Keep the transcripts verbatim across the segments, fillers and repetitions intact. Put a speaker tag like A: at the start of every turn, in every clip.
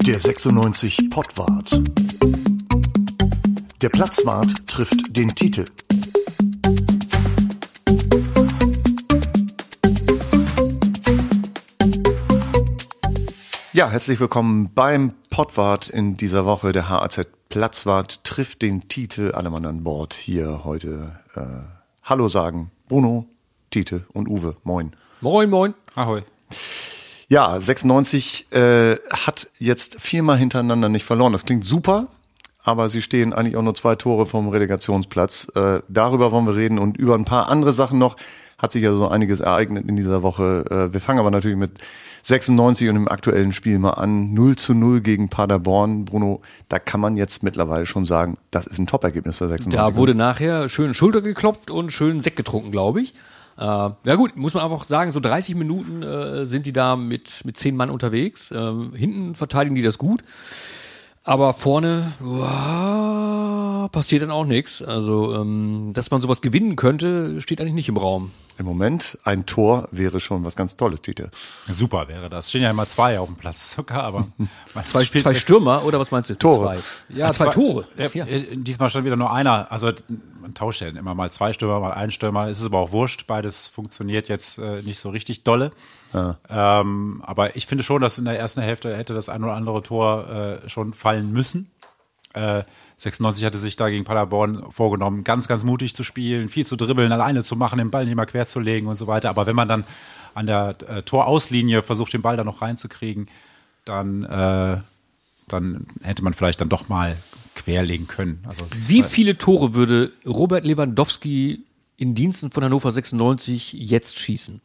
A: Der sechsundneunzig Pottwart. Der Platzwart trifft den Titel. Ja, herzlich willkommen beim Pottwart in dieser Woche. Der H A Z Platzwart trifft den Titel. Alle Mann an Bord hier heute. Äh, Hallo sagen Bruno, Tite und Uwe. Moin.
B: Moin, moin.
C: Ahoi.
A: Ja, sechsundneunzig äh, hat jetzt viermal hintereinander nicht verloren. Das klingt super, aber sie stehen eigentlich auch nur zwei Tore vom Relegationsplatz. Äh, darüber wollen wir reden und über ein paar andere Sachen noch. Hat sich ja so einiges ereignet in dieser Woche. Äh, wir fangen aber natürlich mit sechsundneunzig und im aktuellen Spiel mal an. null zu null gegen Paderborn. Bruno, da kann man jetzt mittlerweile schon sagen, das ist ein Top-Ergebnis für sechsundneunzig.
B: Da wurde nachher schön Schulter geklopft und schön Sekt getrunken, glaube ich. Äh, ja gut, muss man einfach sagen, so dreißig Minuten äh, sind die da mit mit zehn Mann unterwegs. Äh, hinten verteidigen die das gut. Aber vorne wow, passiert dann auch nichts. Also, ähm, dass man sowas gewinnen könnte, steht eigentlich nicht im Raum.
A: Im Moment ein Tor wäre schon was ganz Tolles, Tite.
C: Super wäre das. Stehen ja immer zwei auf dem Platz sogar, aber
B: zwei, zwei Stürmer oder was meinst du?
A: Tore.
B: Zwei. Ja, ah, zwei, zwei Tore.
C: Ja, ja. Diesmal stand wieder nur einer. Also man tauscht ja immer mal zwei Stürmer, mal ein Stürmer. Es ist aber auch wurscht. Beides funktioniert jetzt äh, nicht so richtig dolle. Ja. Ähm, aber ich finde schon, dass in der ersten Hälfte hätte das ein oder andere Tor äh, schon fallen müssen. Äh, sechsundneunzig hatte sich da gegen Paderborn vorgenommen, ganz, ganz mutig zu spielen, viel zu dribbeln, alleine zu machen, den Ball nicht mal quer zu legen und so weiter. Aber wenn man dann an der äh, Torauslinie versucht, den Ball da noch reinzukriegen, dann, äh, dann hätte man vielleicht dann doch mal querlegen können. Also,
B: wie viele Tore würde Robert Lewandowski in Diensten von Hannover sechsundneunzig jetzt schießen?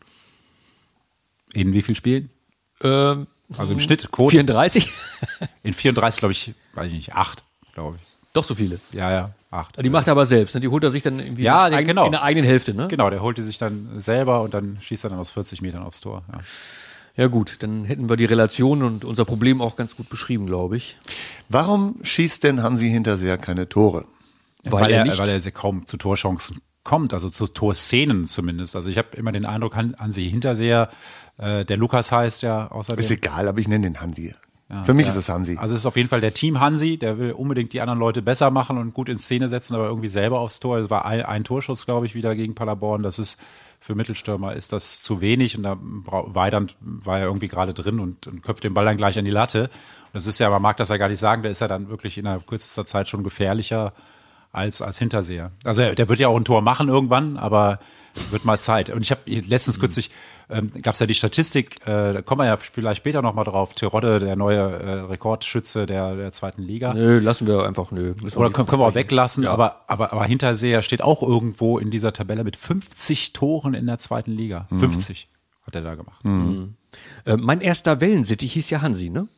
C: In wie vielen Spielen?
B: Ähm,
C: also im Schnitt, Quote?
B: vierunddreißig?
C: In vierunddreißig, glaube ich, weiß ich nicht, acht, glaube ich.
B: Doch so viele?
C: Ja, ja, acht.
B: Die macht er aber selbst, ne? Die holt er sich dann irgendwie
C: ja,
B: in,
C: die, genau.
B: in der eigenen Hälfte, ne?
C: Genau, der holt die sich dann selber und dann schießt er dann aus vierzig Metern aufs Tor. Ja.
B: Ja gut, dann hätten wir die Relation und unser Problem auch ganz gut beschrieben, glaube ich.
A: Warum schießt denn Hansi Hinterseher keine Tore?
C: Weil, weil er, er weil er kaum zu Torchancen kommt, also zu Torszenen zumindest. Also ich habe immer den Eindruck, Hansi Hinterseher, äh, der Lukas heißt ja außerdem.
A: Ist egal, aber ich nenne den Hansi. Ja, Für mich
C: ja.
A: ist es Hansi.
C: Also es ist auf jeden Fall der Team Hansi, der will unbedingt die anderen Leute besser machen und gut in Szene setzen, aber irgendwie selber aufs Tor. Es war ein, ein Torschuss, glaube ich, wieder gegen Paderborn. Das ist für Mittelstürmer ist das zu wenig und da Weidand war ja irgendwie gerade drin und, und köpft den Ball dann gleich an die Latte. Und das ist ja, man mag das ja gar nicht sagen, der ist ja dann wirklich in einer kürzester Zeit schon gefährlicher als als Hinterseher. Also der wird ja auch ein Tor machen irgendwann, aber wird mal Zeit. Und ich habe letztens mhm. kürzlich, ähm, gab es ja die Statistik, äh, da kommen wir ja vielleicht später nochmal drauf, Terodde, der neue äh, Rekordschütze der der zweiten Liga.
B: Nö, lassen wir einfach, nö.
C: Oder können, können wir auch weglassen, ja. aber, aber, aber Hinterseher steht auch irgendwo in dieser Tabelle mit fünfzig Toren in der zweiten Liga. Mhm. fünfzig hat er da gemacht.
B: Mhm. Äh, mein erster Wellensittich hieß ja Hansi, ne?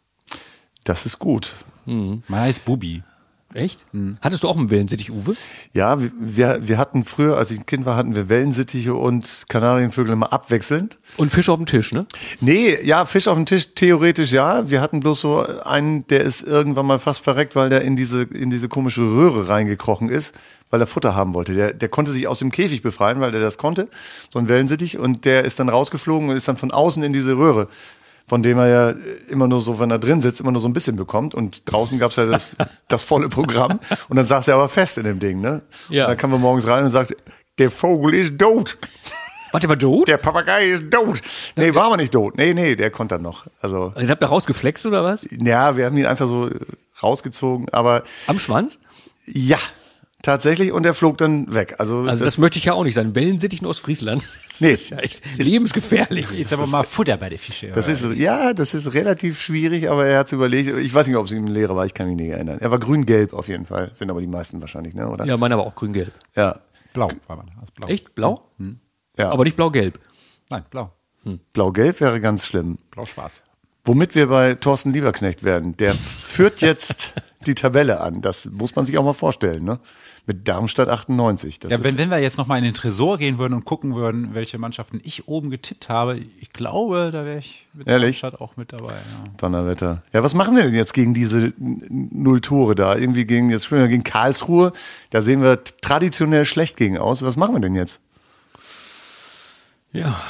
A: Das ist gut.
B: Mhm.
C: Mein heißt Bubi.
B: Echt? Hm. Hattest du auch einen Wellensittich, Uwe?
A: Ja, wir, wir hatten früher, als ich ein Kind war, hatten wir Wellensittiche und Kanarienvögel immer abwechselnd.
B: Und Fisch auf dem Tisch, ne?
A: Nee, ja, Fisch auf dem Tisch, theoretisch ja. Wir hatten bloß so einen, der ist irgendwann mal fast verreckt, weil der in diese, in diese komische Röhre reingekrochen ist, weil er Futter haben wollte. Der, der konnte sich aus dem Käfig befreien, weil der das konnte, so ein Wellensittich, und der ist dann rausgeflogen und ist dann von außen in diese Röhre, von dem er ja immer nur so, wenn er drin sitzt, immer nur so ein bisschen bekommt. Und draußen gab's ja das, das volle Programm. Und dann saß er aber fest in dem Ding, ne? Ja. Und dann kam er morgens rein und sagt, der Vogel ist tot.
B: Was, der war tot?
A: Der Papagei ist tot. Nee, war aber nicht tot. Nee, nee, der konnte dann noch. Also,
B: also, ihr habt da rausgeflext oder was?
A: Ja, wir haben ihn einfach so rausgezogen, aber.
B: Am Schwanz?
A: Ja. Tatsächlich, und er flog dann weg. Also,
B: also das, das möchte ich ja auch nicht sein. Wellensittich in Ostfriesland. Das
A: nee,
B: ist ja echt ist, lebensgefährlich.
C: Jetzt aber mal Futter bei der Fische.
A: Das ist, ja, das ist relativ schwierig, aber er hat es überlegt. Ich weiß nicht, ob es ihm ein Lehrer war, ich kann mich nicht erinnern. Er war grün-gelb auf jeden Fall. Sind aber die meisten wahrscheinlich, ne? Oder?
B: Ja, meiner war auch grün-gelb.
A: Ja.
C: Blau war man. Also blau.
B: Echt? Blau?
C: Hm.
A: Ja.
B: Aber nicht blau-gelb.
C: Nein, blau.
B: Hm.
A: Blau-gelb wäre ganz schlimm.
C: Blau-schwarz.
A: Womit wir bei Thorsten Lieberknecht werden. Der führt jetzt die Tabelle an. Das muss man sich auch mal vorstellen, ne? Mit Darmstadt achtundneunzig. Das
C: ja, wenn, wenn wir jetzt nochmal in den Tresor gehen würden und gucken würden, welche Mannschaften ich oben getippt habe, ich glaube, da wäre ich mit
A: Ehrlich?
C: Darmstadt auch mit dabei. Ja.
A: Donnerwetter. Ja, was machen wir denn jetzt gegen diese Null Tore da? Irgendwie gegen, jetzt spielen wir gegen Karlsruhe, da sehen wir traditionell schlecht gegen aus. Was machen wir denn jetzt?
B: Ja,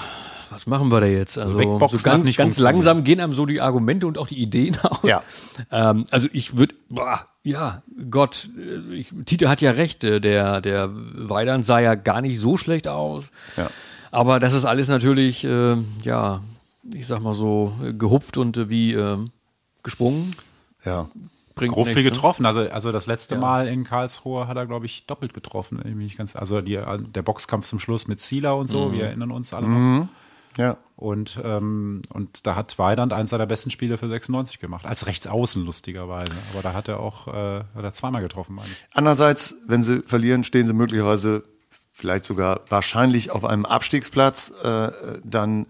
B: was machen wir da jetzt? Also
C: Wegboxen
B: so
C: hat
B: ganz,
C: nicht
B: ganz
C: funktioniert.
B: langsam gehen einem so die Argumente und auch die Ideen aus.
A: Ja.
B: Ähm, also ich würde, ja, Gott, äh, ich, Tite hat ja recht, äh, der, der Weidand sah ja gar nicht so schlecht aus.
A: Ja.
B: Aber das ist alles natürlich, äh, ja, ich sag mal so, äh, gehupft und äh, wie äh, gesprungen.
A: Ja.
B: Bringt
C: Grob viel
B: nichts, ne?
C: getroffen. Also, also das letzte
B: Ja.
C: Mal in Karlsruhe hat er, glaube ich, doppelt getroffen. Irgendwie nicht ganz, also die, der Boxkampf zum Schluss mit Zieler und so, wir erinnern uns alle noch.
A: Ja.
C: Und, ähm, und da hat Weidand eins seiner besten Spiele für sechsundneunzig gemacht. Als Rechtsaußen, lustigerweise. Aber da hat er auch äh, hat er zweimal getroffen, meine ich.
A: Andererseits, wenn sie verlieren, stehen sie möglicherweise vielleicht sogar wahrscheinlich auf einem Abstiegsplatz. Äh, dann,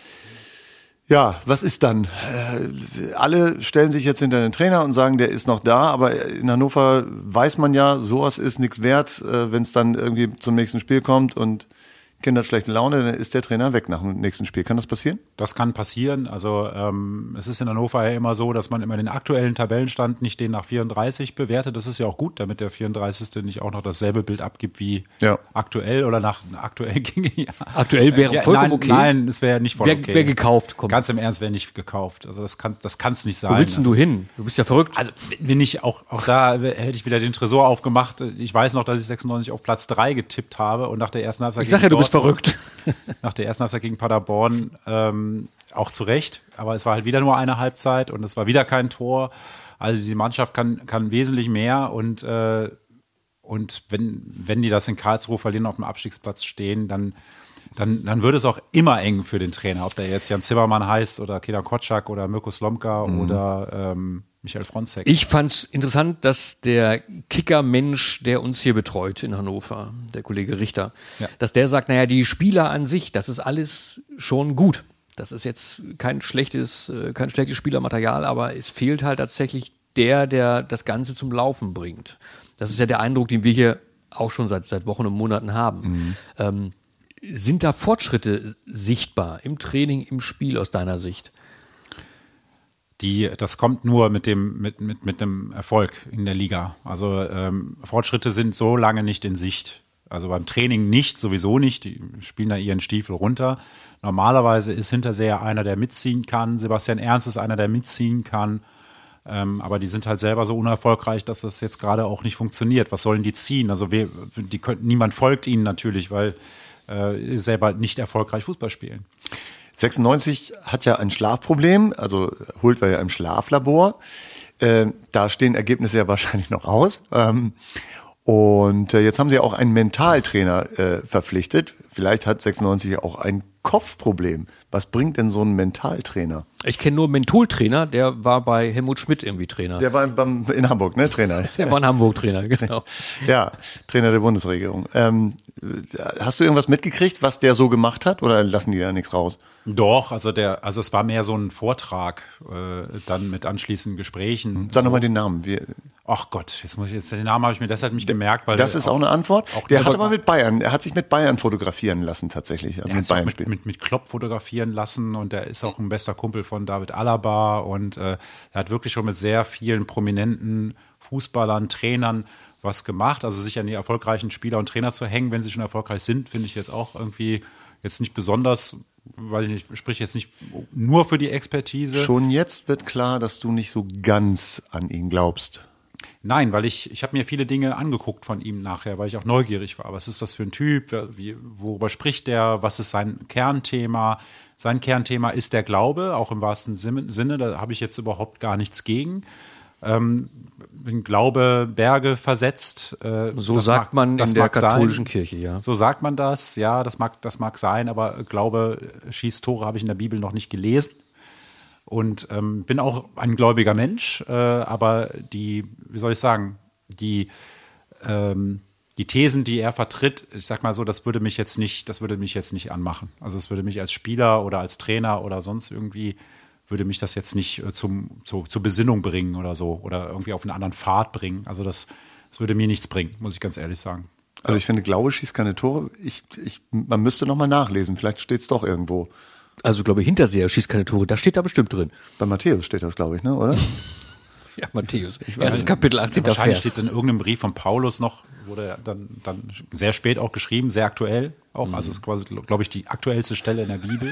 A: ja, was ist dann? Äh, alle stellen sich jetzt hinter den Trainer und sagen, der ist noch da. Aber in Hannover weiß man ja, sowas ist nichts wert, äh, wenn es dann irgendwie zum nächsten Spiel kommt und Kinder hat schlechte Laune, dann ist der Trainer weg nach dem nächsten Spiel. Kann das passieren?
C: Das kann passieren. Also ähm, es ist in Hannover ja immer so, dass man immer den aktuellen Tabellenstand nicht den nach vierunddreißig bewertet. Das ist ja auch gut, damit der vierunddreißigste nicht auch noch dasselbe Bild abgibt wie
A: Ja.
C: aktuell oder nach aktuell ginge ja.
B: Aktuell wäre
C: ja,
B: vollkommen
C: nein,
B: okay.
C: Nein, es wäre nicht voll
B: Wer,
C: okay.
B: wer gekauft, kommt.
C: Ganz im Ernst, wäre nicht gekauft. Also das kann das kann's nicht sein.
B: Wo willst denn
C: also,
B: du hin? Du bist ja verrückt.
C: Also wenn ich auch auch da hätte ich wieder den Tresor aufgemacht. Ich weiß noch, dass ich sechsundneunzig auf Platz drei getippt habe und nach der ersten Halbzeit
B: ich sag ja, du bist
C: Dortmund-
B: verrückt.
C: Nach der ersten Halbzeit gegen Paderborn ähm, auch zu Recht, aber es war halt wieder nur eine Halbzeit und es war wieder kein Tor. Also die Mannschaft kann, kann wesentlich mehr und, äh, und wenn, wenn die das in Karlsruhe verlieren, auf dem Abstiegsplatz stehen, dann, dann, dann wird es auch immer eng für den Trainer, ob der jetzt Jan Zimmermann heißt oder Kenan Kotschak oder Mirko Slomka
A: Mhm.
C: oder ähm, Michael Fronzek.
B: Ich fand's interessant, dass der Kicker-Mensch, der uns hier betreut in Hannover, der Kollege Richter,
C: Ja.
B: dass der sagt, naja, die Spieler an sich, das ist alles schon gut. Das ist jetzt kein schlechtes, äh, kein schlechtes Spielermaterial, aber es fehlt halt tatsächlich der, der das Ganze zum Laufen bringt. Das ist ja der Eindruck, den wir hier auch schon seit, seit Wochen und Monaten haben.
A: Mhm.
B: Ähm, sind da Fortschritte sichtbar im Training, im Spiel aus deiner Sicht?
C: Die, das kommt nur mit dem, mit, mit, mit dem Erfolg in der Liga. Also ähm, Fortschritte sind so lange nicht in Sicht. Also beim Training nicht, sowieso nicht. Die spielen da ihren Stiefel runter. Normalerweise ist Hinterseher einer, der mitziehen kann. Sebastian Ernst ist einer, der mitziehen kann. Ähm, aber die sind halt selber so unerfolgreich, dass das jetzt gerade auch nicht funktioniert. Was sollen die ziehen? Also wir, die können, niemand folgt ihnen natürlich, weil äh, selber nicht erfolgreich Fußball spielen.
A: sechsundneunzig hat ja ein Schlafproblem, also holt wir ja im Schlaflabor. Äh, da stehen Ergebnisse ja wahrscheinlich noch aus. Ähm, und äh, jetzt haben sie ja auch einen Mentaltrainer äh, verpflichtet. Vielleicht hat sechsundneunzig ja auch ein Kopfproblem. Was bringt denn so ein Mentaltrainer?
B: Ich kenne nur einen Mentoltrainer, der war bei Helmut Schmidt irgendwie Trainer.
A: Der war beim, in Hamburg, ne, Trainer?
B: Der war ein Hamburg-Trainer, genau.
A: Ja, Trainer der Bundesregierung. Ähm, hast du irgendwas mitgekriegt, was der so gemacht hat, oder lassen die da nichts raus?
C: Doch, also der, also es war mehr so ein Vortrag, äh, dann mit anschließenden Gesprächen.
A: Sag
C: so.
A: nochmal den Namen. Wir,
C: Ach Gott, jetzt muss ich jetzt den Namen habe ich mir deshalb nicht gemerkt, weil
A: das ist auch eine Antwort.
C: auch-
A: Der
C: auch-
A: hat aber mit Bayern, er hat sich mit Bayern fotografieren lassen tatsächlich, also
C: er hat
A: mit
C: sich auch
A: Bayern
C: mit,
A: spielen.
C: mit, mit Klopp fotografieren lassen und er ist auch ein bester Kumpel von David Alaba und äh, er hat wirklich schon mit sehr vielen prominenten Fußballern, Trainern was gemacht. Also sich an die erfolgreichen Spieler und Trainer zu hängen, wenn sie schon erfolgreich sind, finde ich jetzt auch irgendwie jetzt nicht besonders, weiß ich nicht, sprich jetzt nicht nur für die Expertise.
A: Schon jetzt wird klar, dass du nicht so ganz an ihn glaubst.
C: Nein, weil ich, ich habe mir viele Dinge angeguckt von ihm nachher, weil ich auch neugierig war. Was ist das für ein Typ? Wie, worüber spricht der? Was ist sein Kernthema? Sein Kernthema ist der Glaube, auch im wahrsten Sinne. Da habe ich jetzt überhaupt gar nichts gegen. Ähm, wenn Glaube Berge versetzt. Äh,
B: So
C: das
B: sagt
C: mag,
B: man
C: das
B: in der
C: mag
B: katholischen
C: sein.
B: Kirche, ja.
C: So sagt man das, ja, das mag, das mag sein, aber Glaube schießt Tore habe ich in der Bibel noch nicht gelesen. Und ähm, bin auch ein gläubiger Mensch, äh, aber die, wie soll ich sagen, die, ähm, die Thesen, die er vertritt, ich sag mal so, das würde mich jetzt nicht, das würde mich jetzt nicht anmachen. Also es würde mich als Spieler oder als Trainer oder sonst irgendwie, würde mich das jetzt nicht äh, zum, zu, zur Besinnung bringen oder so oder irgendwie auf einen anderen Pfad bringen. Also das, das würde mir nichts bringen, muss ich ganz ehrlich sagen.
A: Also ich finde, Glaube schießt keine Tore. Ich, ich, man müsste noch mal nachlesen, vielleicht steht es doch irgendwo.
B: Also glaube ich, Hinterseher schießt keine Tore, das steht da bestimmt drin.
A: Bei Matthäus steht das, glaube ich, ne, oder?
B: Ja, Matthäus. Erstes Kapitel, achtzehnter
C: Wahrscheinlich
B: Vers.
C: steht es in irgendeinem Brief von Paulus noch, wurde dann, dann sehr spät auch geschrieben, sehr aktuell auch. Mhm. Also ist quasi, glaube ich, die aktuellste Stelle in der Bibel.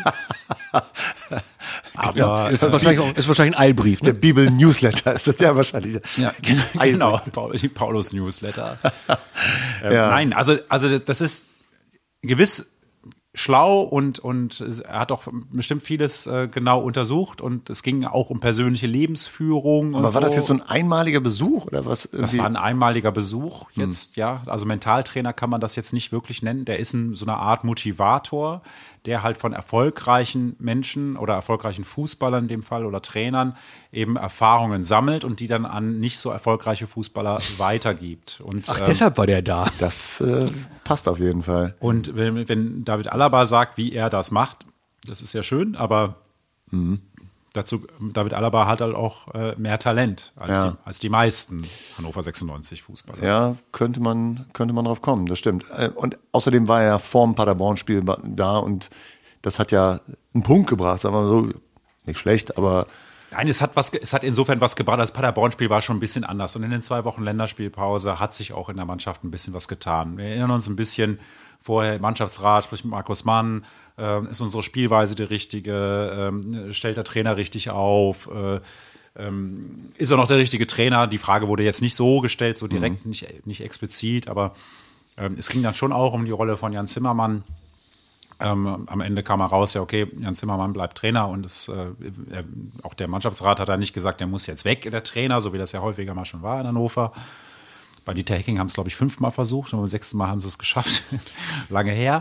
C: Aber
B: Ja, ist, wahrscheinlich auch, ist wahrscheinlich ein Eilbrief, ne?
A: Der Bibel-Newsletter ist das ja wahrscheinlich.
C: ja, genau, die Paulus-Newsletter. ähm,
A: Ja.
C: Nein, also, also das ist gewiss schlau und, und er hat auch bestimmt vieles äh, genau untersucht und es ging auch um persönliche Lebensführung. Und
A: Aber war
C: so.
A: das jetzt so ein einmaliger Besuch oder was?
C: Das war ein einmaliger Besuch jetzt, hm. ja. Also Mentaltrainer kann man das jetzt nicht wirklich nennen. Der ist ein, so eine Art Motivator, der halt von erfolgreichen Menschen oder erfolgreichen Fußballern in dem Fall oder Trainern eben Erfahrungen sammelt und die dann an nicht so erfolgreiche Fußballer weitergibt. Und,
B: Ach,
C: ähm,
B: deshalb war der da.
A: Das äh, passt auf jeden Fall.
C: Und wenn, wenn David Alaba sagt, wie er das macht, das ist ja schön, aber mhm. dazu, David Alaba hat halt auch äh, mehr Talent als,
A: Ja.
C: die, als die meisten Hannover sechsundneunzig Fußballer.
A: Ja, könnte man, könnte man drauf kommen, das stimmt. Äh, Und außerdem war er ja vorm Paderborn-Spiel ba- da und das hat ja einen Punkt gebracht, sagen wir mal so. Nicht schlecht, aber
C: Nein, es hat was, es hat insofern was gebracht. Das Paderborn-Spiel war schon ein bisschen anders. Und in den zwei Wochen Länderspielpause hat sich auch in der Mannschaft ein bisschen was getan. Wir erinnern uns ein bisschen vorher, Mannschaftsrat spricht mit Markus Mann, äh, ist unsere Spielweise die richtige, äh, stellt der Trainer richtig auf, äh, ähm, ist er noch der richtige Trainer? Die Frage wurde jetzt nicht so gestellt, so direkt, mhm. nicht, nicht explizit, aber ähm, es ging dann schon auch um die Rolle von Jan Zimmermann. Ähm, am Ende kam raus, ja okay, Jan Zimmermann bleibt Trainer und es, äh, er, auch der Mannschaftsrat hat da nicht gesagt, der muss jetzt weg, der Trainer, so wie das ja häufiger mal schon war in Hannover. Bei Dieter Hecking haben es, glaube ich, fünfmal versucht und beim sechsten Mal haben sie es geschafft. Lange her.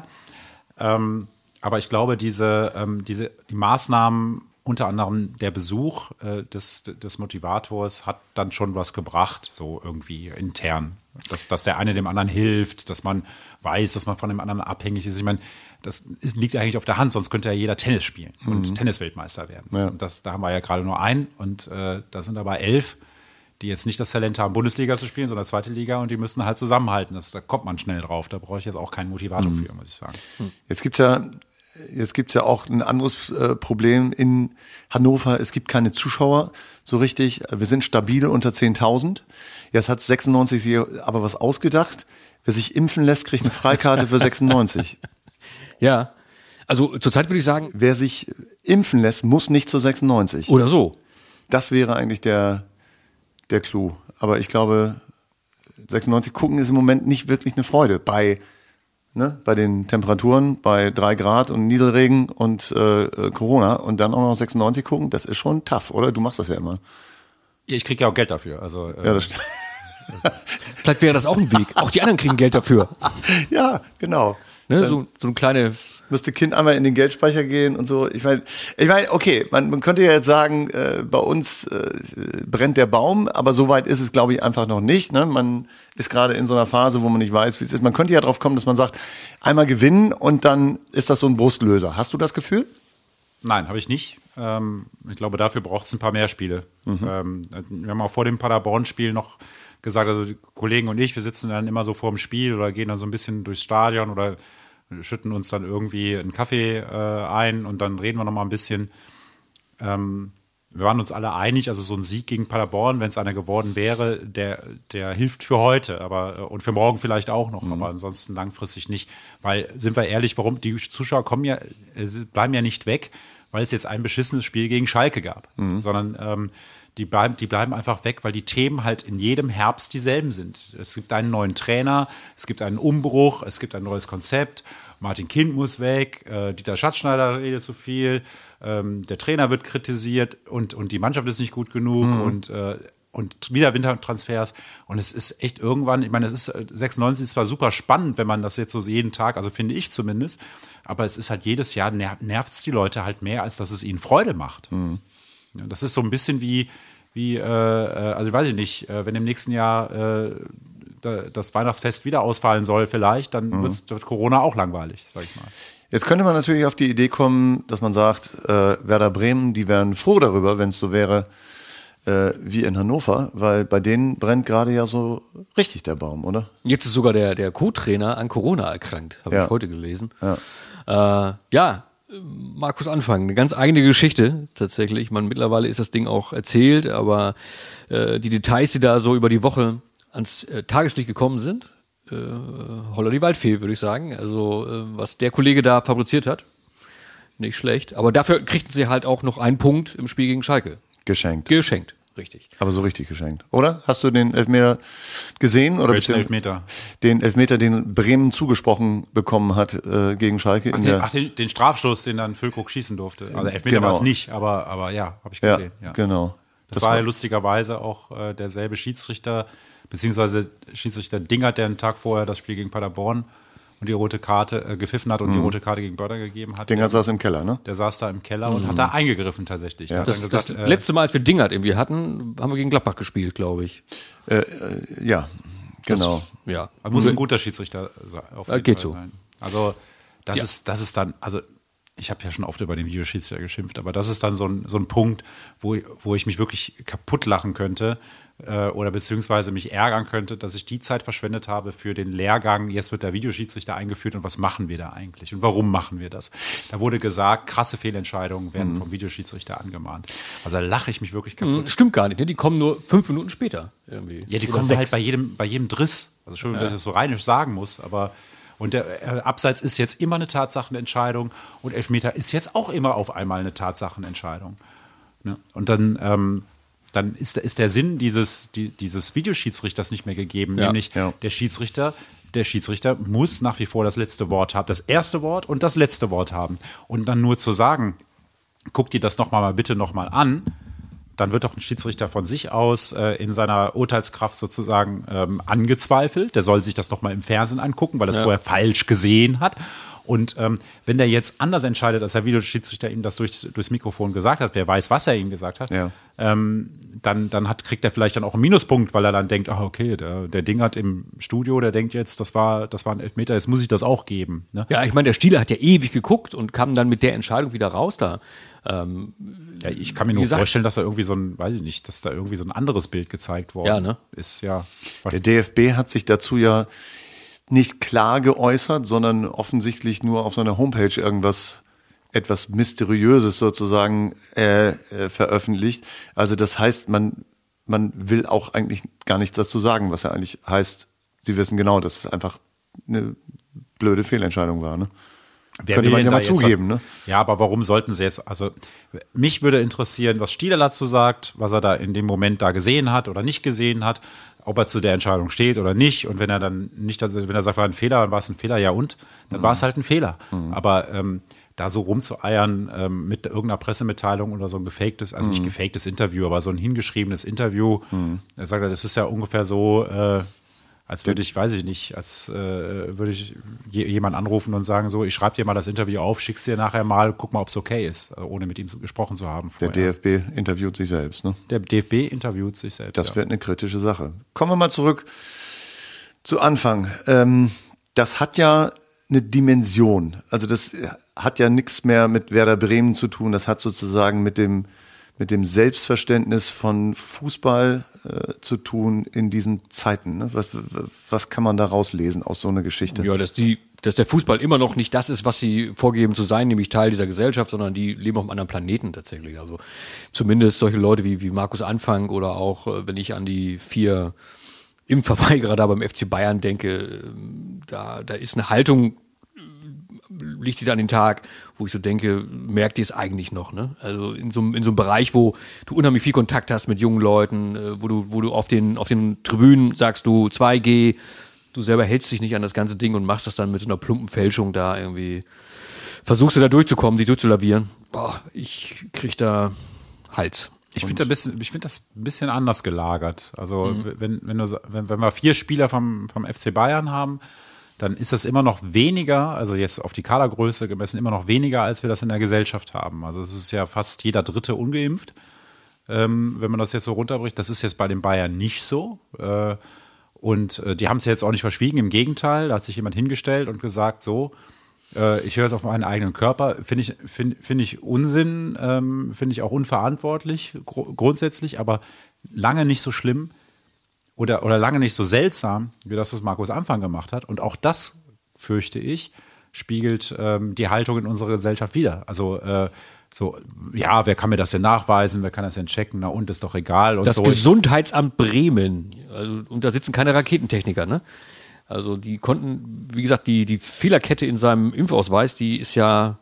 C: Ähm, aber ich glaube, diese, ähm, diese die Maßnahmen, unter anderem der Besuch äh, des, des Motivators, hat dann schon was gebracht, so irgendwie intern. Dass, dass der eine dem anderen hilft, dass man weiß, dass man von dem anderen abhängig ist. Ich meine, das ist, liegt eigentlich auf der Hand, sonst könnte ja jeder Tennis spielen und mhm. Tennisweltmeister werden.
A: Ja.
C: Und das, da haben wir ja gerade nur einen und äh, da sind dabei elf, die jetzt nicht das Talent haben, Bundesliga zu spielen, sondern zweite Liga und die müssen halt zusammenhalten. Das, da kommt man schnell drauf. Da brauche ich jetzt auch keinen Motivator mhm. für, muss ich sagen.
A: Jetzt gibt's ja, jetzt gibt's ja auch ein anderes äh, Problem in Hannover. Es gibt keine Zuschauer so richtig. Wir sind stabil unter zehntausend. Jetzt hat sechsundneunzig sich aber was ausgedacht. Wer sich impfen lässt, kriegt eine Freikarte für sechsundneunzig.
B: Ja, also zurzeit würde ich sagen,
A: Wer sich impfen lässt, muss nicht zur sechsundneunzig.
B: oder so.
A: Das wäre eigentlich der, der Clou. Aber ich glaube, sechsundneunzig gucken ist im Moment nicht wirklich eine Freude. Bei, ne, bei den Temperaturen, bei drei Grad und Nieselregen und äh, Corona und dann auch noch sechsundneunzig gucken, das ist schon tough, oder? Du machst das ja immer.
C: Ich kriege ja auch Geld dafür. Also, äh,
A: Ja, das stimmt.
B: Vielleicht wäre das auch ein Weg. Auch die anderen kriegen Geld dafür.
A: Ja, genau.
B: Ne, so, so eine kleine.
A: Müsste Kind einmal in den Geldspeicher gehen und so. Ich meine, ich meine, okay, man, man könnte ja jetzt sagen, äh, bei uns äh, brennt der Baum, aber so weit ist es, glaube ich, einfach noch nicht. Ne? Man ist gerade in so einer Phase, wo man nicht weiß, wie es ist. Man könnte ja drauf kommen, dass man sagt, einmal gewinnen und dann ist das so ein Brustlöser. Hast du das Gefühl?
C: Nein, habe ich nicht. Ähm, ich glaube, dafür braucht es ein paar mehr Spiele. Mhm. Ähm, wir haben auch vor dem Paderborn-Spiel noch gesagt, also die Kollegen und ich, wir sitzen dann immer so vor dem Spiel oder gehen dann so ein bisschen durchs Stadion oder schütten uns dann irgendwie einen Kaffee äh, ein und dann reden wir noch mal ein bisschen. Ähm, wir waren uns alle einig, also so ein Sieg gegen Paderborn, wenn es einer geworden wäre, der, der hilft für heute, aber und für morgen vielleicht auch noch, mhm. aber ansonsten langfristig nicht. Weil, sind wir ehrlich, warum die Zuschauer kommen ja, bleiben ja nicht weg, weil es jetzt ein beschissenes Spiel gegen Schalke gab, mhm. sondern ähm, die bleiben, die bleiben einfach weg, weil die Themen halt in jedem Herbst dieselben sind. Es gibt einen neuen Trainer, es gibt einen Umbruch, es gibt ein neues Konzept. Martin Kind muss weg, äh, Dieter Schatzschneider redet zu viel, ähm, der Trainer wird kritisiert und, und die Mannschaft ist nicht gut genug mhm. und, äh, und wieder Wintertransfers. Und es ist echt irgendwann, ich meine, es ist sechsundneunzig ist zwar super spannend, wenn man das jetzt so jeden Tag, also finde ich zumindest, aber es ist halt jedes Jahr ner- nervt es die Leute halt mehr, als dass es ihnen Freude macht. Mhm. Ja, das ist so ein bisschen wie, wie äh, also weiß ich nicht, äh, wenn im nächsten Jahr äh, da, das Weihnachtsfest wieder ausfallen soll vielleicht, dann mhm. wird Corona auch langweilig, sag ich mal.
A: Jetzt könnte man natürlich auf die Idee kommen, dass man sagt, äh, Werder Bremen, die wären froh darüber, wenn es so wäre äh, wie in Hannover, weil bei denen brennt gerade ja so richtig der Baum, oder?
B: Jetzt ist sogar der, der Co-Trainer an Corona erkrankt, habe
A: Ja.
B: ich heute gelesen.
A: Ja.
B: Äh, ja, Markus Anfang, eine ganz eigene Geschichte tatsächlich. Ich meine, mittlerweile ist das Ding auch erzählt, aber äh, die Details, die da so über die Woche ans äh, Tageslicht gekommen sind, äh, holla die Waldfee, würde ich sagen. Also äh, was der Kollege da fabriziert hat, nicht schlecht. Aber dafür kriegten sie halt auch noch einen Punkt im Spiel gegen Schalke.
A: Geschenkt.
B: Geschenkt, richtig.
A: Aber so richtig geschenkt. Oder? Hast du den Elfmeter gesehen? Oder
C: Welchen Elfmeter?
A: Den Elfmeter, den Bremen zugesprochen bekommen hat äh, gegen Schalke.
C: Ach,
A: in
C: den,
A: der
C: ach den, den Strafstoß, den dann Füllkrug schießen durfte. Also Elfmeter
A: Genau.
C: war es nicht, aber, aber ja, habe ich
A: ja,
C: gesehen. Ja,
A: genau.
C: Das, das war ja lustigerweise auch äh, derselbe Schiedsrichter, beziehungsweise Schiedsrichter Dingert, der einen Tag vorher das Spiel gegen Paderborn und die rote Karte äh, gepfiffen hat und mhm. die rote Karte gegen Börder gegeben hat.
A: Dingert saß im Keller, ne?
C: Der saß da im Keller mhm. und hat da eingegriffen tatsächlich.
A: Ja.
C: Hat
B: Das,
C: dann gesagt,
B: das
C: äh,
B: letzte Mal, als wir Dingert irgendwie hatten, haben wir gegen Gladbach gespielt, glaube ich.
A: Äh, äh, ja, genau.
B: Das, ja.
C: Er muss ein guter Schiedsrichter auf jeden
B: Geht
C: Fall
B: so.
C: sein. Also das
B: Ja.
C: ist, das ist dann, also ich habe ja schon oft über den Videoschiedsrichter geschimpft, aber das ist dann so ein, so ein Punkt, wo, wo ich mich wirklich kaputt lachen könnte äh, oder beziehungsweise mich ärgern könnte, dass ich die Zeit verschwendet habe für den Lehrgang, jetzt wird der Videoschiedsrichter eingeführt und was machen wir da eigentlich und warum machen wir das? Da wurde gesagt, krasse Fehlentscheidungen werden
A: Mhm.
C: vom Videoschiedsrichter angemahnt. Also da lache ich mich wirklich kaputt.
B: Mhm, Stimmt gar nicht, ne? Die kommen nur fünf Minuten später irgendwie.
C: Ja, die
B: Oder
C: kommen
B: sechs.
C: halt bei jedem, bei jedem Driss. Also schon, wenn ich das so rheinisch sagen muss, aber und der äh, Abseits ist jetzt immer eine Tatsachenentscheidung und Elfmeter ist jetzt auch immer auf einmal eine Tatsachenentscheidung. Ne? Und dann, ähm, dann ist, ist der Sinn dieses, die, dieses Videoschiedsrichters nicht mehr gegeben,
B: Ja,
C: nämlich
A: ja.
C: der Schiedsrichter. Der Schiedsrichter muss nach wie vor das letzte Wort haben, das erste Wort und das letzte Wort haben. Und dann nur zu sagen, guck dir das nochmal mal bitte nochmal an, dann wird doch ein Schiedsrichter von sich aus äh, in seiner Urteilskraft sozusagen ähm, angezweifelt. Der soll sich das nochmal im Fernsehen angucken, weil er es
B: Ja.
C: vorher falsch gesehen hat. Und ähm, wenn der jetzt anders entscheidet, als der Videoschiedsrichter ihm das durch, durchs Mikrofon gesagt hat, wer weiß, was er ihm gesagt hat,
A: Ja.
C: ähm, dann, dann hat, kriegt er vielleicht dann auch einen Minuspunkt, weil er dann denkt, ah, okay, der, der Dingert im Studio, der denkt jetzt, das war, das war ein Elfmeter, jetzt muss ich das auch geben. Ne?
B: Ja, ich meine, der Stieler hat ja ewig geguckt und kam dann mit der Entscheidung wieder raus da. Ähm,
C: Ja, ich kann mir
B: Wie
C: nur
B: gesagt-
C: vorstellen, dass da irgendwie so ein, weiß ich nicht, dass da irgendwie so ein anderes Bild gezeigt worden
B: Ja, ne?
C: ist. Ja,
A: Der D F B hat sich dazu ja nicht klar geäußert, sondern offensichtlich nur auf seiner Homepage irgendwas etwas Mysteriöses sozusagen äh, äh, veröffentlicht. Also das heißt, man man will auch eigentlich gar nichts dazu sagen, was ja eigentlich heißt, sie wissen genau, dass es einfach eine blöde Fehlentscheidung war, ne?
C: Wer
A: Könnte
C: will
A: man
C: denn
A: ja
C: da
A: mal
C: jetzt
A: zugeben,
C: was-
A: ne?
C: Ja, aber warum sollten sie jetzt, also mich würde interessieren, was Stieler dazu sagt, was er da in dem Moment da gesehen hat oder nicht gesehen hat, ob er zu der Entscheidung steht oder nicht. Und wenn er dann nicht, also wenn er sagt, war ein Fehler, dann war es ein Fehler, ja und? Dann war es halt ein Fehler. Aber ähm, da so rumzueiern ähm, mit irgendeiner Pressemitteilung oder so ein gefaktes, also nicht gefaktes Interview, aber so ein hingeschriebenes Interview, er sagt, das ist ja ungefähr so, äh, als würde ich, weiß ich nicht, als äh, würde ich je, jemand anrufen und sagen, so, ich schreibe dir mal das Interview auf, schick's dir nachher mal, guck mal, ob es okay ist, äh, ohne mit ihm zu, gesprochen zu haben.
A: Der
C: vorher.
A: D F B interviewt sich selbst, ne?
C: Der D F B interviewt sich selbst.
A: Das
C: ja.
A: wird eine kritische Sache. Kommen wir mal zurück zu Anfang. Ähm, das hat ja eine Dimension. Also das hat ja nichts mehr mit Werder Bremen zu tun. Das hat sozusagen mit dem mit dem Selbstverständnis von Fußball äh, zu tun in diesen Zeiten. Ne? Was, was kann man da rauslesen aus so einer Geschichte?
B: Ja, dass die, dass der Fußball immer noch nicht das ist, was sie vorgeben zu sein, nämlich Teil dieser Gesellschaft, sondern die leben auf einem anderen Planeten tatsächlich. Also zumindest solche Leute wie, wie Markus Anfang oder auch, äh, wenn ich an die vier Impfverweigerer da beim F C Bayern denke, ähm, da, da ist eine Haltung, liegt sie da an den Tag, wo ich so denke, merkt ihr es eigentlich noch, ne? Also in so, einem- in so einem Bereich, wo du unheimlich viel Kontakt hast mit jungen Leuten, äh, wo du, wo du auf den, auf den Tribünen sagst du zwei G, du selber hältst dich nicht an das ganze Ding und machst das dann mit so einer plumpen Fälschung da irgendwie, versuchst du da durchzukommen, dich durchzulavieren. Boah, ich krieg da Hals.
C: Ich finde da bisschen- ich find das ein bisschen anders gelagert. Also wenn, wenn, du, wenn, wenn wir vier Spieler vom, vom F C Bayern haben, dann ist das immer noch weniger, also jetzt auf die Kadergröße gemessen, immer noch weniger, als wir das in der Gesellschaft haben. Also es ist ja fast jeder Dritte ungeimpft, ähm, wenn man das jetzt so runterbricht. Das ist jetzt bei den Bayern nicht so. Äh, und äh, die haben es ja jetzt auch nicht verschwiegen, im Gegenteil, da hat sich jemand hingestellt und gesagt, so, äh, ich höre es auf meinen eigenen Körper, finde ich, find, find ich Unsinn, ähm, finde ich auch unverantwortlich gru- grundsätzlich, aber lange nicht so schlimm, oder, oder lange nicht so seltsam, wie das, was Markus Anfang gemacht hat. Und auch das, fürchte ich, spiegelt ähm, die Haltung in unserer Gesellschaft wider. Also äh, so, ja, wer kann mir das denn nachweisen, wer kann das denn checken, na und, ist doch egal. Und
B: das
C: so.
B: Gesundheitsamt Bremen, also, und da sitzen keine Raketentechniker, ne? Also die konnten, wie gesagt, die, die Fehlerkette in seinem Impfausweis, die ist ja...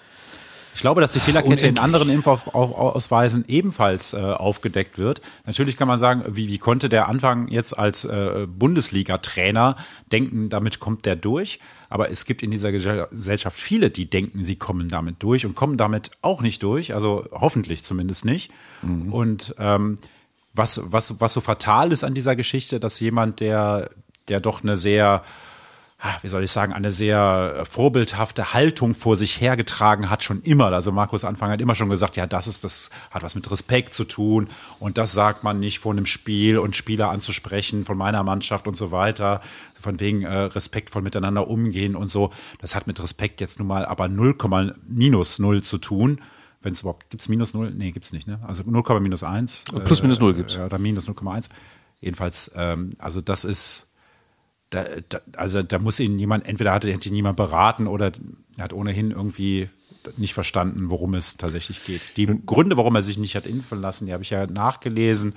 C: Ich glaube, dass die Fehlerkette in
B: Unendlich.
C: anderen Impfausweisen ebenfalls äh, aufgedeckt wird. Natürlich kann man sagen, wie, wie konnte der Anfang jetzt als äh, Bundesliga-Trainer denken, damit kommt der durch. Aber es gibt in dieser Gesellschaft viele, die denken, sie kommen damit durch und kommen damit auch nicht durch. Also hoffentlich zumindest nicht. Mhm. Und ähm, was, was, was so fatal ist an dieser Geschichte, dass jemand, der, der doch eine sehr... wie soll ich sagen, eine sehr vorbildhafte Haltung vor sich hergetragen hat, schon immer. Also Markus Anfang hat immer schon gesagt, ja, das ist, das hat was mit Respekt zu tun und das sagt man nicht vor einem Spiel und Spieler anzusprechen von meiner Mannschaft und so weiter, von wegen äh, respektvoll miteinander umgehen und so. Das hat mit Respekt jetzt nun mal aber null, minus null zu tun. Wenn es überhaupt, gibt es minus null? Nee, gibt es nicht, ne? Also null, minus eins.
B: Plus minus null gibt es.
C: Äh, oder minus null Komma eins. Jedenfalls, ähm, also das ist, Da, da, also da muss ihn jemand, entweder hat, hat ihn jemand beraten oder er hat ohnehin irgendwie nicht verstanden, worum es tatsächlich geht. Die Gründe, warum er sich nicht hat impfen lassen, die habe ich ja nachgelesen.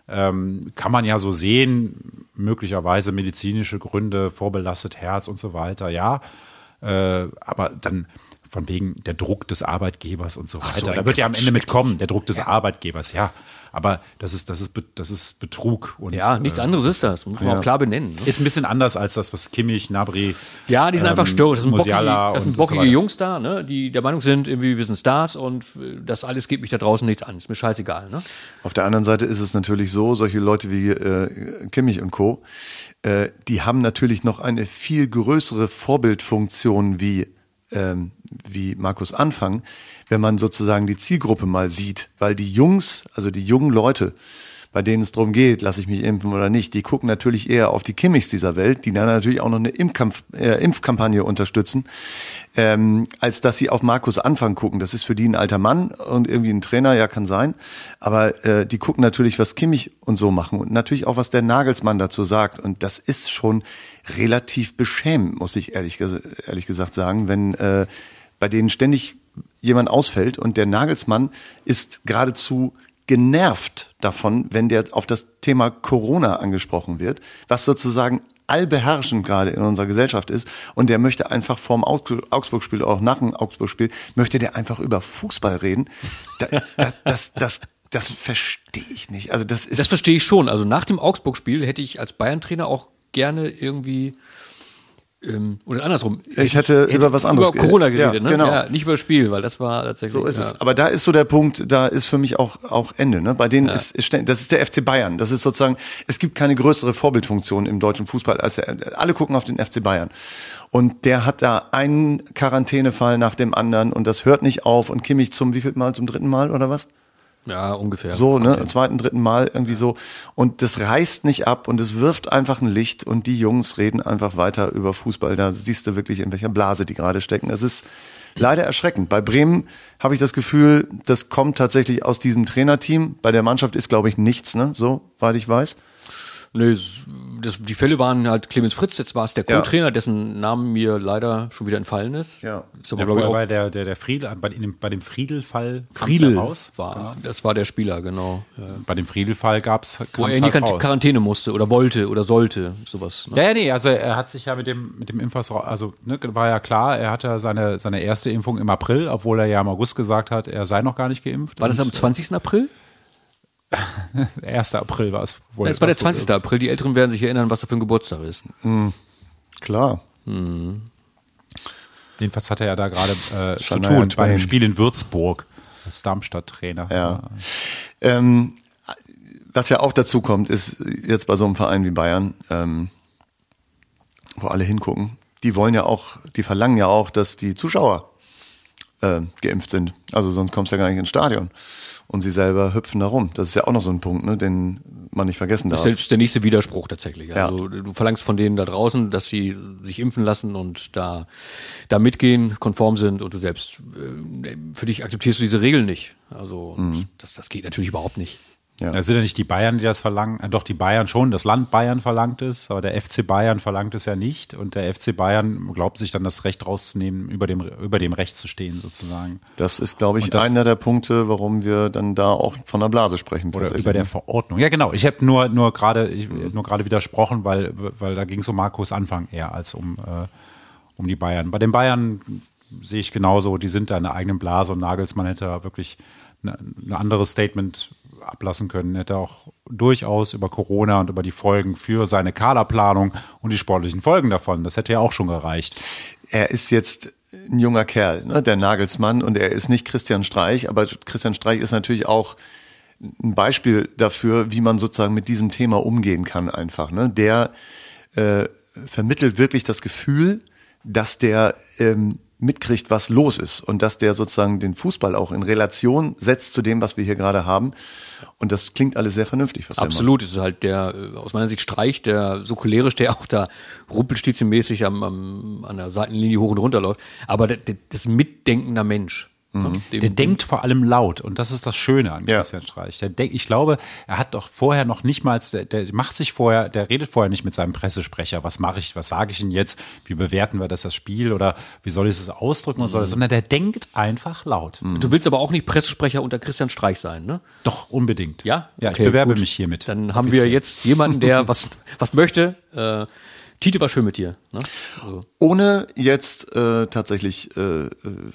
C: Ähm, kann man ja so sehen, möglicherweise medizinische Gründe, vorbelastet Herz und so weiter, ja. Äh, aber dann von wegen der Druck des Arbeitgebers und so weiter. So, da wird ja am Ende mitkommen, der Druck des ja. Arbeitgebers, ja. Aber das ist, das ist, das ist Betrug. Und,
B: ja, nichts äh, anderes ist das. Muss man ja. auch klar benennen. Ne?
C: Ist ein bisschen anders als das, was Kimmich, Gnabry,
B: ja, die sind ähm, einfach störrisch. Das sind bockige, das sind bockige
C: so
B: Jungs da, ne? Die der Meinung sind, irgendwie wir sind Stars und das alles geht mich da draußen nichts an. Ist mir scheißegal. Ne?
A: Auf der anderen Seite ist es natürlich so, solche Leute wie äh, Kimmich und Co., äh, die haben natürlich noch eine viel größere Vorbildfunktion wie ähm, wie Markus Anfang, wenn man sozusagen die Zielgruppe mal sieht, weil die Jungs, also die jungen Leute, bei denen es darum geht, lasse ich mich impfen oder nicht, die gucken natürlich eher auf die Kimmichs dieser Welt, die dann natürlich auch noch eine Impfkampf, äh, Impfkampagne unterstützen, ähm, als dass sie auf Markus Anfang gucken. Das ist für die ein alter Mann und irgendwie ein Trainer, ja, kann sein, aber äh, die gucken natürlich, was Kimmich und so machen und natürlich auch, was der Nagelsmann dazu sagt, und das ist schon relativ beschämend, muss ich ehrlich, ehrlich gesagt sagen, wenn äh, bei denen ständig jemand ausfällt und der Nagelsmann ist geradezu genervt davon, wenn der auf das Thema Corona angesprochen wird, was sozusagen allbeherrschend gerade in unserer Gesellschaft ist, und der möchte einfach vorm Augsburg-Spiel, auch nach dem Augsburg-Spiel, möchte der einfach über Fußball reden. Da, da, das, das, das verstehe ich nicht. Also das ist.
B: Das verstehe ich schon. Also nach dem Augsburg-Spiel hätte ich als Bayern-Trainer auch gerne irgendwie Ähm, oder andersrum.
A: Ich hätte, hätte über was anderes
B: über Corona geredet,
A: ja,
B: ne?
A: Genau.
B: Ja, nicht über das Spiel, weil das war tatsächlich.
A: So ist
B: ja.
A: es. Aber da ist so der Punkt, da ist für mich auch auch Ende. Ne? Bei denen
B: ja.
A: ist, ist das ist der F C Bayern. Das ist sozusagen, es gibt keine größere Vorbildfunktion im deutschen Fußball als der, alle gucken auf den F C Bayern. Und der hat da einen Quarantänefall nach dem anderen und das hört nicht auf. Und Kimmich zum wievielten Mal, zum dritten Mal oder was?
B: Ja, ungefähr.
A: So, ne, okay. zweiten, dritten Mal irgendwie so. Und das reißt nicht ab und es wirft einfach ein Licht und die Jungs reden einfach weiter über Fußball. Da siehst du wirklich, in welcher Blase die gerade stecken. Es ist leider erschreckend. Bei Bremen habe ich das Gefühl, das kommt tatsächlich aus diesem Trainerteam. Bei der Mannschaft ist, glaube ich, nichts, ne, so, weil ich weiß.
B: Nee, das, die Fälle waren halt Clemens Fritz, jetzt war es der Co-Trainer, ja. dessen Name mir leider schon wieder entfallen ist.
A: Ja.
B: Ist aber,
C: ja,
B: glaube ich, auch
C: bei der, der, der Friedel, bei dem, bei dem Friedel-Fall
B: Friedel
C: raus.
B: War, das war der Spieler, genau. Ja.
C: Bei dem Friedel-Fall gab's,
B: wo er in die halt Quarantäne musste oder wollte oder sollte, sowas. Ne?
C: Ja, ja, nee, also er hat sich ja mit dem, mit dem Impfpass, also ne, war ja klar, er hatte seine, seine erste Impfung im April, obwohl er ja im August gesagt hat, er sei noch gar nicht geimpft.
B: War das am zwanzigsten April?
C: Der erste April war es.
B: Ja, es war der zwanzigste April. Die Älteren werden sich erinnern, was da für ein Geburtstag ist.
A: Mhm. Klar.
B: Mhm.
C: Jedenfalls hat er ja da gerade äh, zu tun bei dem Spiel in Würzburg als Darmstadt-Trainer.
A: Ja. Ähm, was ja auch dazu kommt, ist jetzt bei so einem Verein wie Bayern, ähm, wo alle hingucken, die wollen ja auch, die verlangen ja auch, dass die Zuschauer äh, geimpft sind. Also sonst kommst du ja gar nicht ins Stadion. Und sie selber hüpfen da rum. Das ist ja auch noch so ein Punkt, ne, den man nicht vergessen darf.
B: Das ist der nächste Widerspruch tatsächlich. Also
A: ja.
B: Du verlangst von denen da draußen, dass sie sich impfen lassen und da, da mitgehen, konform sind, und du selbst, äh, für dich akzeptierst du diese Regeln nicht. Also
A: mhm.
B: das, das geht natürlich überhaupt nicht.
A: Ja.
C: Das sind ja nicht die Bayern, die das verlangen, äh, doch die Bayern schon, das Land Bayern verlangt es, aber der F C Bayern verlangt es ja nicht und der F C Bayern glaubt sich dann das Recht rauszunehmen, über dem, über dem Recht zu stehen sozusagen.
A: Das ist, glaube ich,
C: das,
A: einer der Punkte, warum wir dann da auch von der Blase sprechen.
C: Oder über der Verordnung. Ja, genau. Ich habe nur, nur gerade, ich, nur gerade widersprochen, weil, weil da ging es um Markus Anfang eher als um, äh, um die Bayern. Bei den Bayern sehe ich genauso, die sind da in der eigenen Blase und Nagelsmann hätte da wirklich ein anderes Statement ablassen können, hätte auch durchaus über Corona und über die Folgen für seine Kaderplanung und die sportlichen Folgen davon, das hätte ja auch schon gereicht.
A: Er ist jetzt ein junger Kerl, ne, der Nagelsmann, und er ist nicht Christian Streich, aber Christian Streich ist natürlich auch ein Beispiel dafür, wie man sozusagen mit diesem Thema umgehen kann einfach. Ne? Der äh, vermittelt wirklich das Gefühl, dass der ähm, mitkriegt, was los ist und dass der sozusagen den Fußball auch in Relation setzt zu dem, was wir hier gerade haben. Und das klingt alles sehr vernünftig. Was
B: Absolut, es ist halt der, aus meiner Sicht Streich, der so cholerisch, der auch da rumpelstilzchenmäßig am, am, an der Seitenlinie hoch und runter läuft. Aber der, der, das ist ein mitdenkender Mensch.
C: Mhm. Dem, der denkt vor allem laut und das ist das Schöne an
A: ja.
C: Christian Streich. Der denk, ich glaube, er hat doch vorher noch nicht mal, der, der macht sich vorher, der redet vorher nicht mit seinem Pressesprecher, was mache ich, was sage ich Ihnen jetzt, wie bewerten wir das, das Spiel oder wie soll ich es ausdrücken, mhm. soll, sondern der denkt einfach laut.
B: Mhm. Du willst aber auch nicht Pressesprecher unter Christian Streich sein, ne?
C: Doch, unbedingt.
B: Ja?
C: Ja,
B: okay,
C: ich bewerbe
B: gut.
C: mich hiermit.
B: Dann haben offiziell. wir jetzt jemanden, der was, was möchte. Äh, Tite war schön mit dir. Ne?
A: Also. Ohne jetzt äh, tatsächlich äh,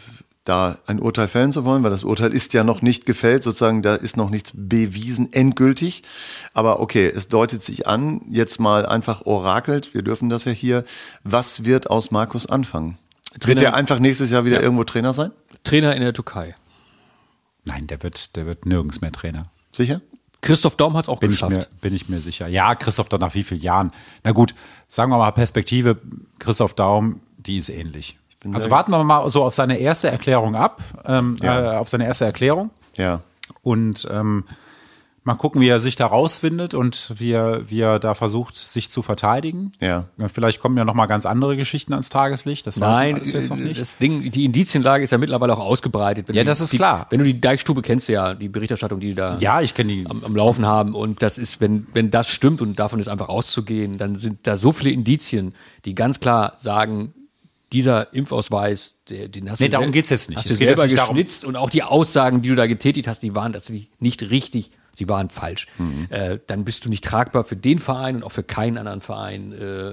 A: da ein Urteil fällen zu wollen, weil das Urteil ist ja noch nicht gefällt, sozusagen, da ist noch nichts bewiesen, endgültig. Aber okay, es deutet sich an, jetzt mal einfach orakelt, wir dürfen das ja hier, was wird aus Markus Anfang? Trainer, wird der einfach nächstes Jahr wieder ja. irgendwo Trainer sein?
B: Trainer in der Türkei.
C: Nein, der wird, der wird nirgends mehr Trainer.
A: Sicher?
B: Christoph Daum hat es auch
C: bin
B: geschafft.
C: Ich mir, bin ich mir sicher. Ja, Christoph Daum nach wie vielen Jahren? Na gut, sagen wir mal Perspektive, Christoph Daum, die ist ähnlich. Also warten wir mal so auf seine erste Erklärung ab, ähm, ja. äh, auf seine erste Erklärung.
A: Ja.
C: Und ähm, mal gucken, wie er sich da rausfindet und wie er, wie er da versucht, sich zu verteidigen.
A: Ja.
C: Vielleicht kommen ja noch mal ganz andere Geschichten ans Tageslicht. Das
B: Nein,
C: weiß man jetzt noch nicht.
B: Das Ding, die Indizienlage ist ja mittlerweile auch ausgebreitet. Wenn
C: ja,
B: die,
C: das ist
B: die,
C: klar.
B: Wenn du die Deichstube kennst, ja die Berichterstattung, die, die da
C: ja, ich kenn die.
B: Am, am Laufen haben. Und das ist, wenn, wenn das stimmt und davon ist einfach auszugehen, dann sind da so viele Indizien, die ganz klar sagen, dieser Impfausweis, der, den hast
C: nee,
B: du,
C: darum geht's jetzt nicht.
B: Hast
C: es
B: du
C: geht
B: selber
C: jetzt nicht
B: geschnitzt darum. Und auch die Aussagen, die du da getätigt hast, die waren tatsächlich nicht richtig, sie waren falsch. Mhm. Äh, dann bist du nicht tragbar für den Verein und auch für keinen anderen Verein äh,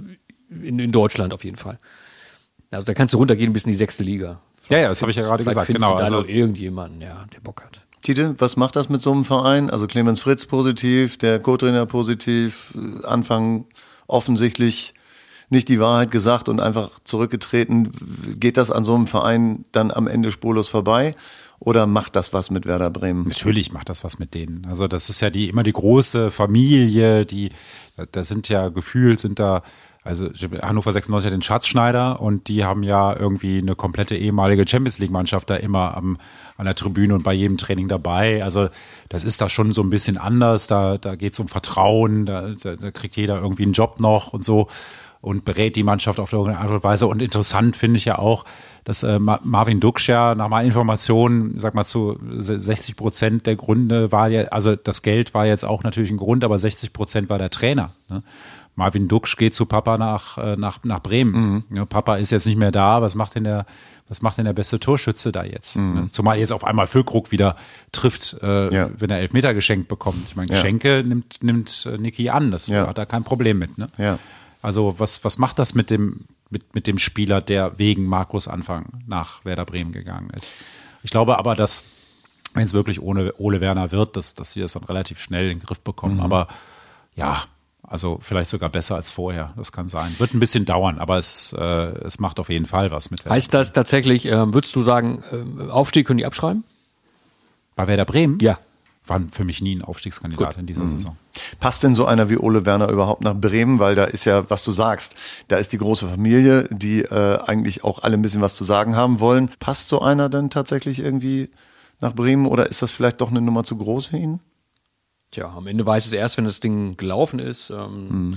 B: in, in Deutschland auf jeden Fall. Also da kannst du runtergehen bis in die sechste Liga.
C: Vielleicht, ja, ja, das habe ich ja gerade gesagt.
B: Genau,
C: du
B: da also noch irgendjemanden, ja, der Bock hat.
A: Tite, was macht das mit so einem Verein? Also Clemens Fritz positiv, der Co-Trainer positiv, Anfang offensichtlich nicht die Wahrheit gesagt und einfach zurückgetreten. Geht das an so einem Verein dann am Ende spurlos vorbei oder macht das was mit Werder Bremen?
C: Natürlich macht das was mit denen. Also das ist ja die immer die große Familie, die da sind ja gefühlt sind da also Hannover sechsundneunzig hat den Schatzschneider und die haben ja irgendwie eine komplette ehemalige Champions-League-Mannschaft da immer am, an der Tribüne und bei jedem Training dabei. Also das ist da schon so ein bisschen anders. Da, da geht es um Vertrauen, da, da, da kriegt jeder irgendwie einen Job noch und so und berät die Mannschaft auf irgendeine Art und Weise. Und interessant finde ich ja auch, dass äh, Marvin Duksch ja nach meinen Informationen, sag mal zu sechzig Prozent der Gründe war ja, also das Geld war jetzt auch natürlich ein Grund, aber sechzig Prozent war der Trainer. Ne? Marvin Duksch geht zu Papa nach, äh, nach, nach Bremen. Mhm. Ja, Papa ist jetzt nicht mehr da, was macht denn der, was macht denn der beste Torschütze da jetzt? Mhm. Ne? Zumal jetzt auf einmal Füllkrug wieder trifft, äh, ja. wenn er Elfmeter geschenkt bekommt. Ich meine, Geschenke ja. nimmt, nimmt äh, Niki an, das ja. hat er kein Problem mit. Ne?
A: Ja.
C: Also was, was macht das mit dem, mit, mit dem Spieler, der wegen Markus Anfang nach Werder Bremen gegangen ist? Ich glaube aber, dass, wenn es wirklich ohne Ole Werner wird, dass, dass sie das dann relativ schnell in den Griff bekommen. Mhm. Aber ja, also vielleicht sogar besser als vorher, das kann sein. Wird ein bisschen dauern, aber es, äh, es macht auf jeden Fall was mit Werder
B: Heißt das tatsächlich, äh, würdest du sagen, äh, Aufstieg können die abschreiben?
C: Bei Werder Bremen?
B: Ja.
C: War für mich nie ein Aufstiegskandidat Gut. in dieser mhm. Saison.
A: Passt denn so einer wie Ole Werner überhaupt nach Bremen? Weil da ist ja, was du sagst, da ist die große Familie, die äh, eigentlich auch alle ein bisschen was zu sagen haben wollen. Passt so einer denn tatsächlich irgendwie nach Bremen oder ist das vielleicht doch eine Nummer zu groß für ihn?
B: Tja, am Ende weiß es erst, wenn das Ding gelaufen ist. Ähm, mhm.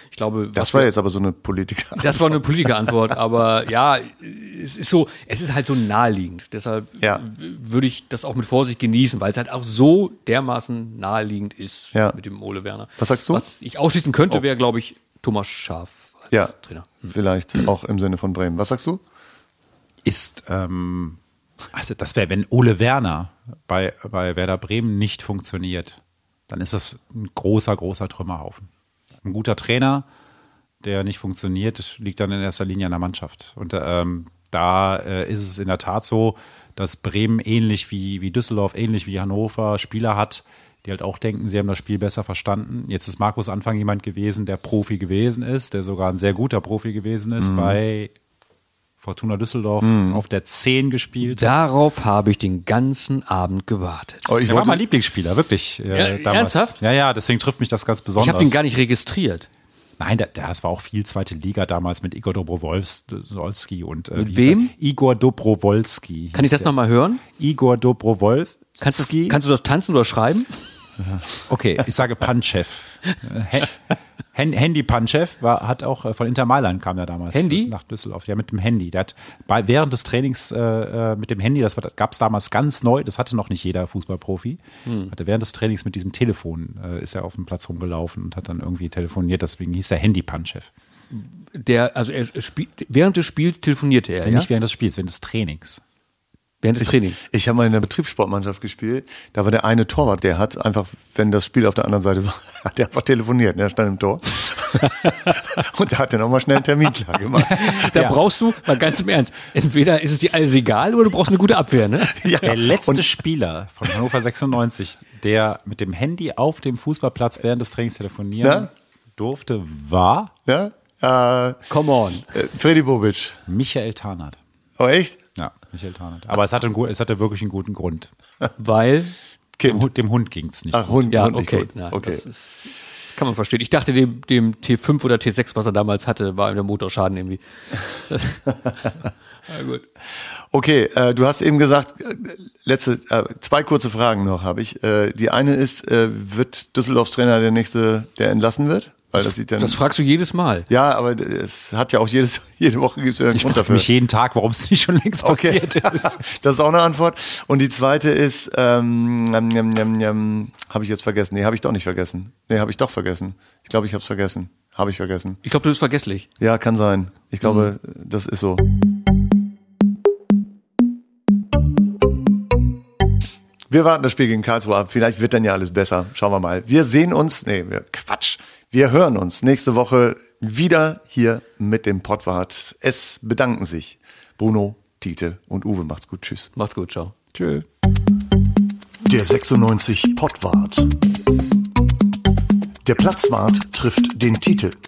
B: Ich glaube,
A: Das war jetzt aber so eine Politiker.
B: Das war eine Politikerantwort, aber ja, es ist so, es ist halt so naheliegend. Deshalb
A: Ja.
B: w- würde ich das auch mit Vorsicht genießen, weil es halt auch so dermaßen naheliegend ist
A: Ja.
B: mit dem Ole Werner.
A: Was sagst du?
B: Was ich ausschließen könnte, wäre, glaube ich, Thomas Schaaf als
A: Ja,
B: Trainer.
A: vielleicht auch im Sinne von Bremen. Was sagst du?
C: Ist, ähm, also das wäre, wenn Ole Werner bei, bei Werder Bremen nicht funktioniert, dann ist das ein großer, großer Trümmerhaufen. Ein guter Trainer, der nicht funktioniert, liegt dann in erster Linie an der Mannschaft. Und ähm, da äh, ist es in der Tat so, dass Bremen ähnlich wie, wie Düsseldorf, ähnlich wie Hannover Spieler hat, die halt auch denken, sie haben das Spiel besser verstanden. Jetzt ist Markus Anfang jemand gewesen, der Profi gewesen ist, der sogar ein sehr guter Profi gewesen ist,
A: Mhm.
C: bei Fortuna Düsseldorf auf der zehn gespielt.
B: Darauf habe ich den ganzen Abend gewartet.
A: Oh, ich
C: Er war
A: wollte,
C: mein Lieblingsspieler, wirklich. Äh,
B: Ja,
C: damals.
B: ernsthaft?
C: Ja, ja, deswegen trifft mich das ganz
B: Ich
C: besonders.
B: habe den gar nicht registriert.
C: Nein, der, das war auch viel zweite Liga damals mit Igor Dobrowolski und äh,
B: Mit
C: wie hieß
B: wem?
C: er? Igor Dobrowolski.
B: Kann ich das nochmal hören?
C: Igor Dobrowolski.
B: Kannst du, kannst du das tanzen oder schreiben?
C: Okay, ich sage Panchev. Hen- Handy Panchev war, hat auch äh, von Inter Mailand kam er damals
B: Handy?
C: nach Düsseldorf. Ja, mit dem Handy. Der hat bei, während des Trainings äh, äh, mit dem Handy, das gab es damals ganz neu, das hatte noch nicht jeder Fußballprofi.
B: Hm.
C: Hatte während des Trainings mit diesem Telefon äh, ist er auf dem Platz rumgelaufen und hat dann irgendwie telefoniert. Deswegen hieß er Handy Panchev.
B: Der, also er spielt, während des Spiels telefonierte er, ja?
C: Nicht während des Spiels, während des Trainings.
B: Während des Trainings.
A: ich habe mal in der Betriebssportmannschaft gespielt. Da war der eine Torwart, der hat einfach, wenn das Spiel auf der anderen Seite war, hat der einfach telefoniert. Der stand im Tor. Und der hat dann auch mal schnell einen Termin klar gemacht.
B: Da
C: Ja.
B: brauchst du, mal ganz im Ernst, entweder ist es dir alles egal oder du brauchst eine gute Abwehr, ne?
A: Ja.
C: Der letzte
A: Und
C: Spieler von Hannover sechsundneunzig, der mit dem Handy auf dem Fußballplatz während des Trainings telefonieren
A: Ja?
C: durfte, war
A: ja? Äh,
B: Come on.
A: äh, Freddy Bobic.
C: Michael Tarnath.
A: Oh, echt?
C: Ja, Michael Tarnath. Aber es hatte, einen, gu- es hatte wirklich einen guten Grund.
B: Weil,
C: Dem,
A: Kind.
C: Hund- dem Hund ging es nicht.
A: Ach, Hund,
B: ja,
A: Hund nicht
B: okay,
A: gut.
B: na,
A: okay.
B: das ist, kann man verstehen. Ich dachte, dem, dem T fünf oder T sechs, was er damals hatte, war der Motorschaden irgendwie. Na gut.
A: Okay, äh, du hast eben gesagt, äh, letzte, äh, zwei kurze Fragen noch habe ich. Äh, die eine ist, äh, wird Düsseldorfs Trainer der nächste, der entlassen wird? Weil das sieht dann,
B: Das fragst du jedes Mal.
A: ja, aber es hat ja auch jedes, jede Woche gibt es ja einen
C: Ich
A: Grund
C: frage
A: dafür.
C: mich jeden Tag, warum es nicht schon längst
A: Okay,
C: passiert ist.
A: das ist auch eine Antwort. Und die zweite ist, ähm, ähm, ähm, ähm, ähm, habe ich jetzt vergessen? Nee, habe ich doch nicht vergessen. Nee, habe ich doch vergessen. Ich glaube, ich habe es vergessen. Habe ich vergessen.
B: Ich glaube, du bist vergesslich.
A: Ja, kann sein. Ich glaube, das ist so. Wir warten das Spiel gegen Karlsruhe ab. Vielleicht wird dann ja alles besser. Schauen wir mal. Wir sehen uns, nee, wir, Quatsch. Wir hören uns nächste Woche wieder hier mit dem Pottwart. Es bedanken sich Bruno, Tite und Uwe. Macht's gut. Tschüss.
B: Macht's gut, ciao.
C: Tschö.
D: Der sechsundneunzig Pottwart. Der Platzwart trifft den Titel.